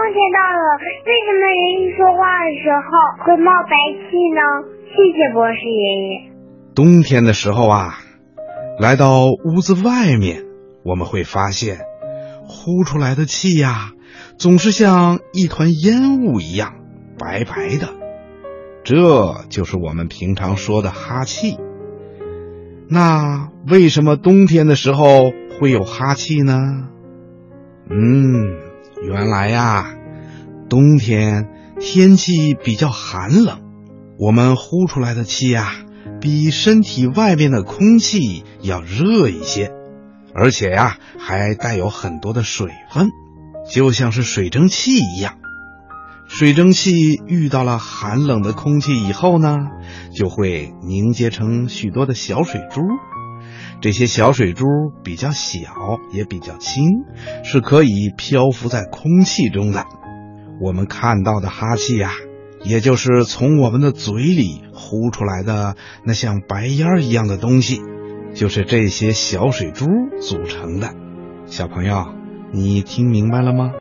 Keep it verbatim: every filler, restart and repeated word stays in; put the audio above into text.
天到了，为什么人一说话的时候会冒白气呢？谢谢博士爷爷。 冬天的时候啊，来到屋子外面，我们会发现呼出来的气呀，总是像一团烟雾一样白白的，这就是我们平常说的哈气。那为什么冬天的时候会有哈气呢？嗯，原来呀，冬天天气比较寒冷，我们呼出来的气呀，比身体外面的空气要热一些，而且呀，还带有很多的水分，就像是水蒸气一样。水蒸气遇到了寒冷的空气以后呢，就会凝结成许多的小水珠。这些小水珠比较小，也比较轻，是可以漂浮在空气中的。我们看到的哈气呀，也就是从我们的嘴里呼出来的那像白烟一样的东西，就是这些小水珠组成的。小朋友，你听明白了吗？